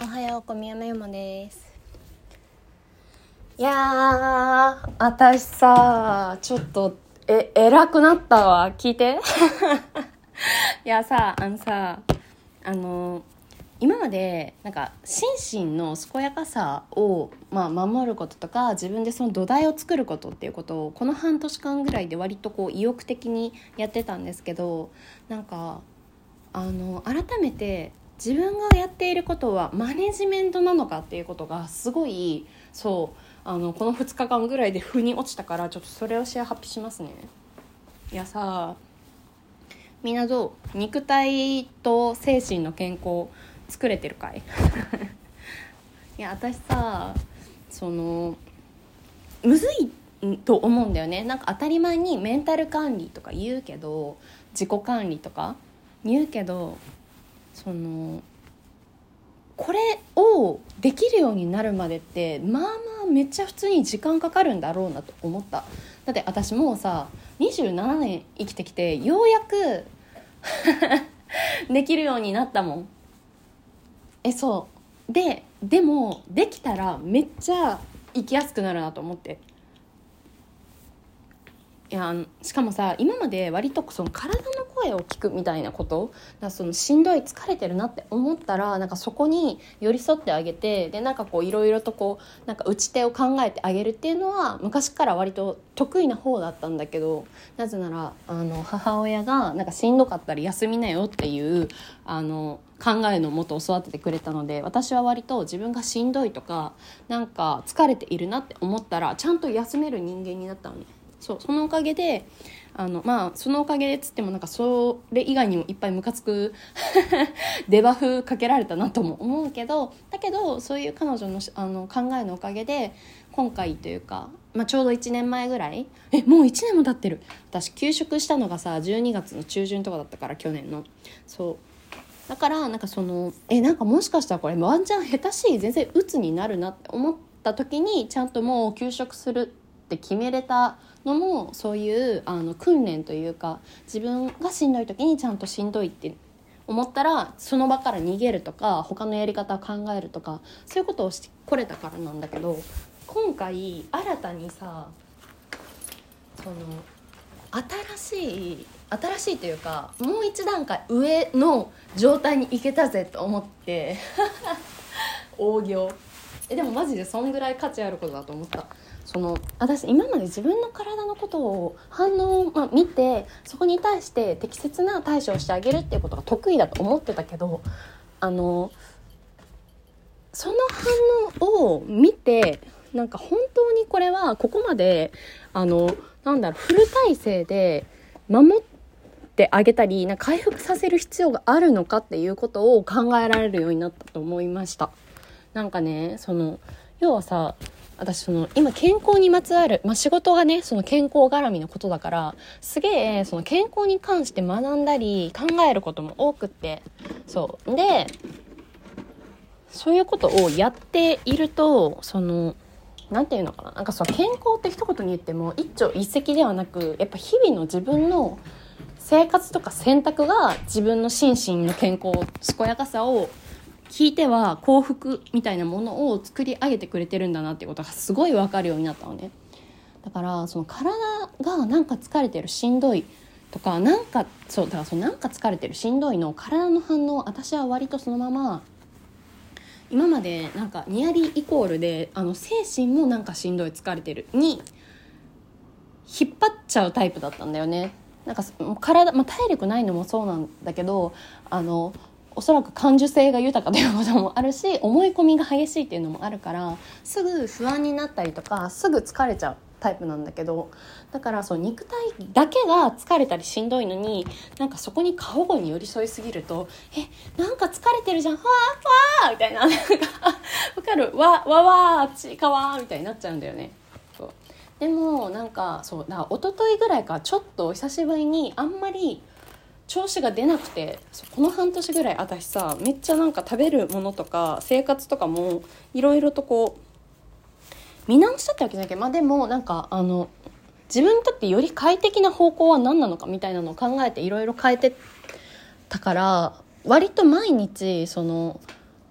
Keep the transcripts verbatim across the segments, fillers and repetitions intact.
おはよう、小宮山ゆもです。いやー、私さ、ちょっとえ偉くなったわ。聞いて。いやさ、あのさ、あの今までなんか心身の健やかさを、まあ、守ることとか、自分でその土台を作ることっていうことをこの半年間ぐらいで割とこう意欲的にやってたんですけど、なんかあの改めて自分がやっていることはマネジメントなのかっていうことがすごい、そうあのこのふつかかんぐらいで腑に落ちたから、ちょっとそれをシェア発表しますね。いやさ、みんなどう？肉体と精神の健康作れてるかい？いや私さ、そのむずいと思うんだよね。なんか当たり前にメンタル管理とか言うけど、自己管理とか言うけど、そのこれをできるようになるまでってまあまあめっちゃ普通に時間かかるんだろうなと思った。だって私もうさにじゅうななねん生きてきてようやくできるようになったもん。えそうででもできたらめっちゃ生きやすくなるなと思って。いやしかもさ、今まで割とその体の声を聞くみたいなこと、だからそのしんどい疲れてるなって思ったら、なんかそこに寄り添ってあげて、でなんかこういろいろとこうなんか打ち手を考えてあげるっていうのは昔から割と得意な方だったんだけど、なぜならあの母親がなんかしんどかったら休みなよっていうあの考えのもと育ててくれたので、私は割と自分がしんどいとかなんか疲れているなって思ったらちゃんと休める人間になったのね。そうそのおかげであのまあそのおかげでつってもなんかそれ以外にもいっぱいムカつくデバフかけられたなとも思うけど、だけどそういう彼女の、あの考えのおかげで今回というか、まあ、ちょうどいちねんまえぐらい、えもういちねんも経ってる。私休職したのがさじゅうにがつの中旬とかだったから、去年の。そうだからなんかそのえなんかもしかしたらこれワンチャン下手しい全然鬱になるなって思った時にちゃんともう休職するって決めれたのも、そういうあの訓練というか、自分がしんどい時にちゃんとしんどいって思ったらその場から逃げるとか他のやり方を考えるとか、そういうことをしてこれたからなんだけど、今回新たにさ、その新しい新しいというかもう一段階上の状態に行けたぜと思って大行えでもマジでそんぐらい価値あることだと思った。その私今まで自分の体のことを反応を、まあ、見てそこに対して適切な対処をしてあげるっていうことが得意だと思ってたけど、あのその反応を見てなんか本当にこれはここまであのなんだろうフル体制で守ってあげたりなんか回復させる必要があるのかっていうことを考えられるようになったと思いました。なんかね、その要はさ、私その今健康にまつわる、まあ、仕事がねその健康絡みのことだから、すげえその健康に関して学んだり考えることも多くって、そうでそういうことをやっていると、そのなんていうのかな、なんかその健康って一言に言っても一朝一夕ではなく、やっぱ日々の自分の生活とか選択が自分の心身の健康健やかさを聞いては幸福みたいなものを作り上げてくれてるんだなっていうことがすごい分かるようになったのね。だからその体がなんか疲れてるしんどいとか、なんかそうだからそのなんか疲れてるしんどいの体の反応、私は割とそのまま今までなんかニアリーイコールであの精神もなんかしんどい疲れてるに引っ張っちゃうタイプだったんだよね。なんか体、まあ、体力ないのもそうなんだけど、あのおそらく感受性が豊かということもあるし、思い込みが激しいっていうのもあるから、すぐ不安になったりとかすぐ疲れちゃうタイプなんだけど、だからそう肉体だけが疲れたりしんどいのに、なんかそこに過保護に寄り添いすぎると、えなんか疲れてるじゃん、わーわーみたいな、なんかわかる、わわわーちかわーみたいになっちゃうんだよね。そうでもなんかそうだ、一昨日ぐらいかちょっと久しぶりにあんまり調子が出なくて、この半年ぐらい私さめっちゃなんか食べるものとか生活とかもいろいろとこう見直したってわけじゃないけど、まあでもなんかあの自分にとってより快適な方向は何なのかみたいなのを考えていろいろ変えてたから、割と毎日その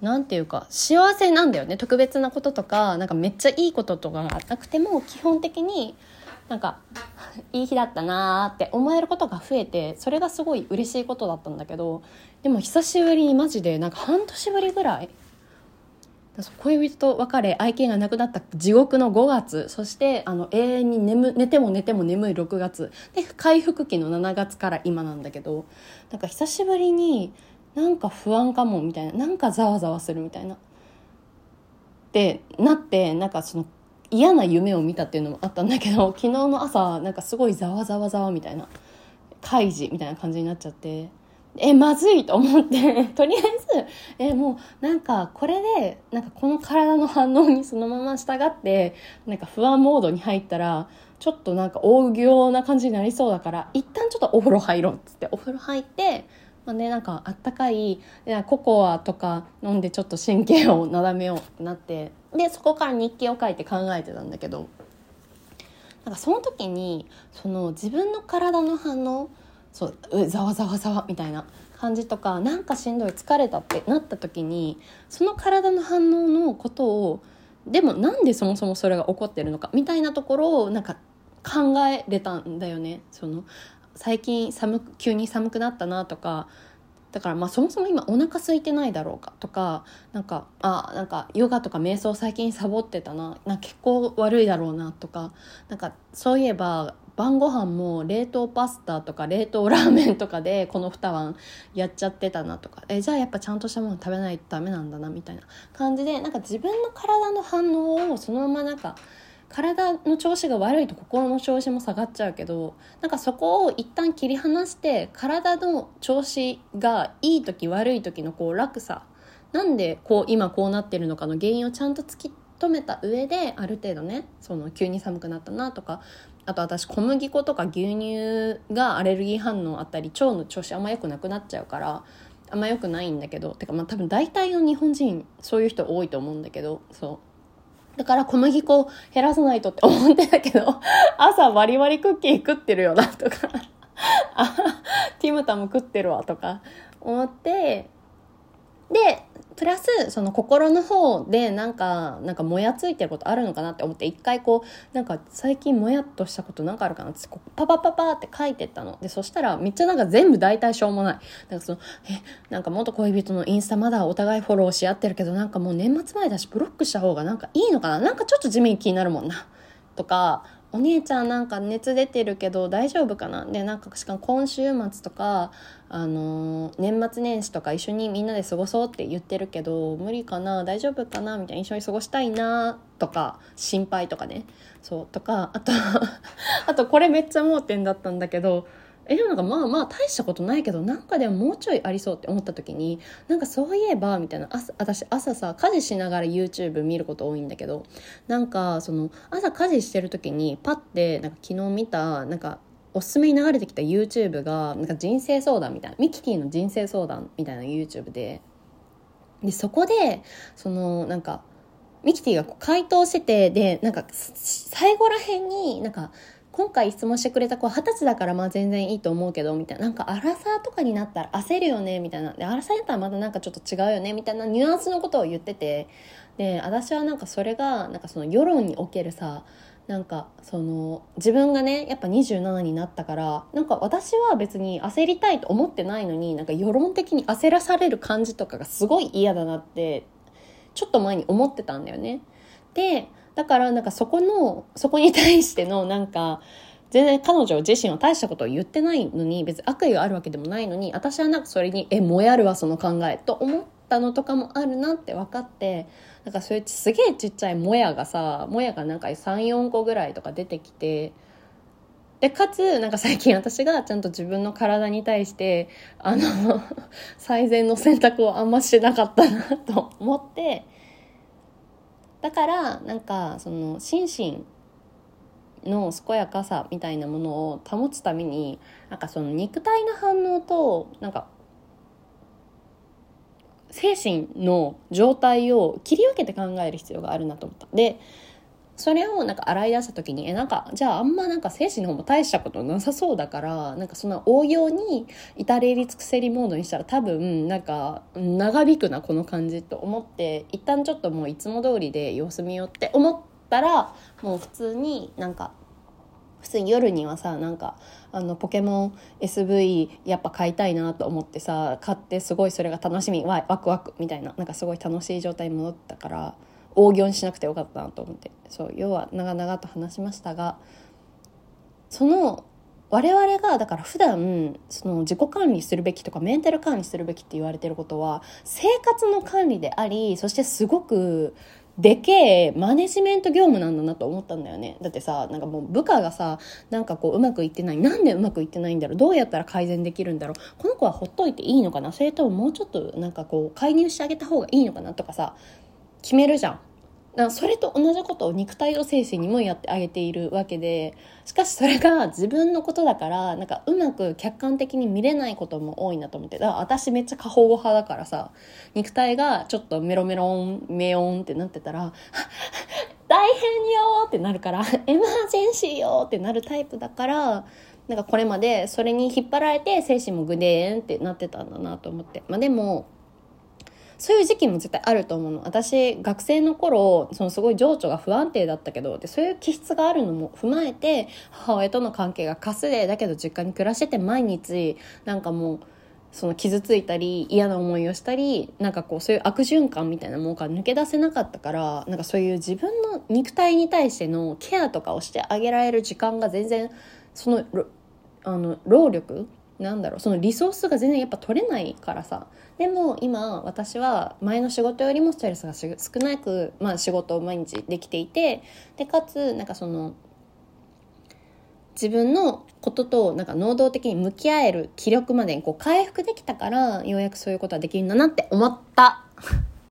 なんていうか幸せなんだよね。特別なこととかなんかめっちゃいいこととかなくても基本的になんかいい日だったなーって思えることが増えて、それがすごい嬉しいことだったんだけど、でも久しぶりにマジでなんか半年ぶりぐらい恋人と別れ愛犬が亡くなった地獄のごがつ、そしてあの永遠に眠寝ても寝ても眠いろくがつで、回復期のしちがつから今なんだけど、なんか久しぶりになんか不安かもみたいな、なんかざわざわするみたいなってなって、なんかその嫌な夢を見たっていうのもあったんだけど、昨日の朝なんかすごいざわざわざわみたいな、開示みたいな感じになっちゃって、えまずいと思ってとりあえずえもうなんかこれでなんかこの体の反応にそのまま従ってなんか不安モードに入ったらちょっとなんか大行な感じになりそうだから、一旦ちょっとお風呂入ろうっつってお風呂入って、まあね、なんかあったかいココアとか飲んでちょっと神経をなだめようってなって、でそこから日記を書いて考えてたんだけど、なんかその時にその自分の体の反応、そうざわざわざわみたいな感じとか、なんかしんどい疲れたってなった時に、その体の反応のことをでもなんでそもそもそれが起こってるのかみたいなところをなんか考えれたんだよね。その最近寒く急に寒くなったなとか、だからまあそもそも今お腹空いてないだろうかとか、なんかあなんかヨガとか瞑想最近サボってたな、なんか結構悪いだろうなとか、なんかそういえば晩ご飯も冷凍パスタとか冷凍ラーメンとかでこのにわんやっちゃってたなとか、えじゃあやっぱちゃんとしたもの食べないとダメなんだなみたいな感じで、なんか自分の体の反応をそのままなんか体の調子が悪いと心の調子も下がっちゃうけど、なんかそこを一旦切り離して体の調子がいい時悪い時のこう落差、なんでこう今こうなってるのかの原因をちゃんと突き止めた上で、ある程度ねその急に寒くなったなとか、あと私小麦粉とか牛乳がアレルギー反応あったり腸の調子あんま良くなくなっちゃうからあんま良くないんだけど、てかまあ多分大体の日本人そういう人多いと思うんだけど、そうだから小麦粉減らさないとって思ってたけど朝バリバリクッキー食ってるよなとかあティムタム食ってるわとか思って、でプラスその心の方でなんかなんかもやついてることあるのかなって思って、一回こうなんか最近もやっとしたことなんかあるかなってこうパパパパって書いてったので、そしたらめっちゃなんか全部大体しょうもない、なんかそのえなんか元恋人のインスタまだお互いフォローし合ってるけどなんかもう年末前だしブロックした方がなんかいいのかな、なんかちょっと地味に気になるもんなとか、お兄ちゃんなんか熱出てるけど大丈夫かな、でなんかしかも今週末とかあのー、年末年始とか一緒にみんなで過ごそうって言ってるけど無理かな大丈夫かなみたいな、一緒に過ごしたいなとか心配とかね、そうとか、あとあとこれめっちゃ盲点だったんだけど、えでもなんかまあまあ大したことないけどなんかでももうちょいありそうって思った時に、なんかそういえばみたいな、朝私朝さ家事しながら YouTube 見ること多いんだけど、なんかその朝家事してる時にパッてなんか昨日見たなんかおすすめに流れてきた YouTube がなんか人生相談みたいな、ミキティの人生相談みたいな YouTube で、でそこでそのなんかミキティが回答してて、でなんか最後らへんになんか今回質問してくれた子は二十歳だからまあ全然いいと思うけどみたいな、なんかアラサーとかになったら焦るよねみたいな、でアラサーだったらまだなんかちょっと違うよねみたいなニュアンスのことを言ってて、で私はなんかそれがなんかその世論におけるさ、なんかその自分がねやっぱにじゅうななになったから、なんか私は別に焦りたいと思ってないのになんか世論的に焦らされる感じとかがすごい嫌だなってちょっと前に思ってたんだよね。でだからなんかそこのそこに対してのなんか全然彼女自身は大したことを言ってないのに、別に悪意があるわけでもないのに、私はなんかそれにえもやるわその考えと思ったのとかもあるなって分かって、なんかそういうすげえちっちゃいもやがさもやがなんかさんよんこぐらいとか出てきて、でかつなんか最近私がちゃんと自分の体に対してあの最善の選択をあんましてなかったなと思って、だからなんかその心身の健やかさみたいなものを保つためになんかその肉体の反応となんか精神の状態を切り分けて考える必要があるなと思った。でそれをなんか洗い出した時にえなんかじゃああんまなんか精神の方も大したことなさそうだから、なんかその応用に至れり尽くせりモードにしたら多分なんか長引くなこの感じと思って、一旦ちょっともういつも通りで様子見ようって思ったら、もう普通になんか普通に夜にはさ、なんかあのポケモン エスブイ やっぱ買いたいなと思ってさ買って、すごいそれが楽しみわワクワクみたいな、なんかすごい楽しい状態に戻ったから大行にしなくてよかったなと思って、そう要は長々と話しましたが、その我々がだから普段その自己管理するべきとかメンタル管理するべきって言われてることは生活の管理であり、そしてすごくでけえマネジメント業務なんだなと思ったんだよね。だってさ、なんかもう部下がさ、なんかこううまくいってない、なんでうまくいってないんだろう、どうやったら改善できるんだろう、この子はほっといていいのかな、それとももうちょっとなんかこう介入してあげた方がいいのかなとかさ決めるじゃん。だからそれと同じことを肉体と精神にもやってあげているわけで、しかしそれが自分のことだからなんかうまく客観的に見れないことも多いなと思って、だから私めっちゃ過保護派だからさ、肉体がちょっとメロメロンメヨンってなってたら大変よってなるからエマージェンシーよってなるタイプだから、なんかこれまでそれに引っ張られて精神もグデーンってなってたんだなと思って、まあでもそういう時期も絶対あると思うの。私学生の頃そのすごい情緒が不安定だったけど、でそういう気質があるのも踏まえて、母親との関係がかすれだけど実家に暮らしてて、毎日なんかもうその傷ついたり嫌な思いをしたり、なんかこうそういう悪循環みたいなものから抜け出せなかったから、なんかそういう自分の肉体に対してのケアとかをしてあげられる時間が全然そのあの労力なんだろう、そのリソースが全然やっぱ取れないからさ。でも今私は前の仕事よりもストレスが少なく、まあ、仕事を毎日できていて、でかつなんかその自分のこととなんか能動的に向き合える気力までにこう回復できたから、ようやくそういうことはできるんだなって思った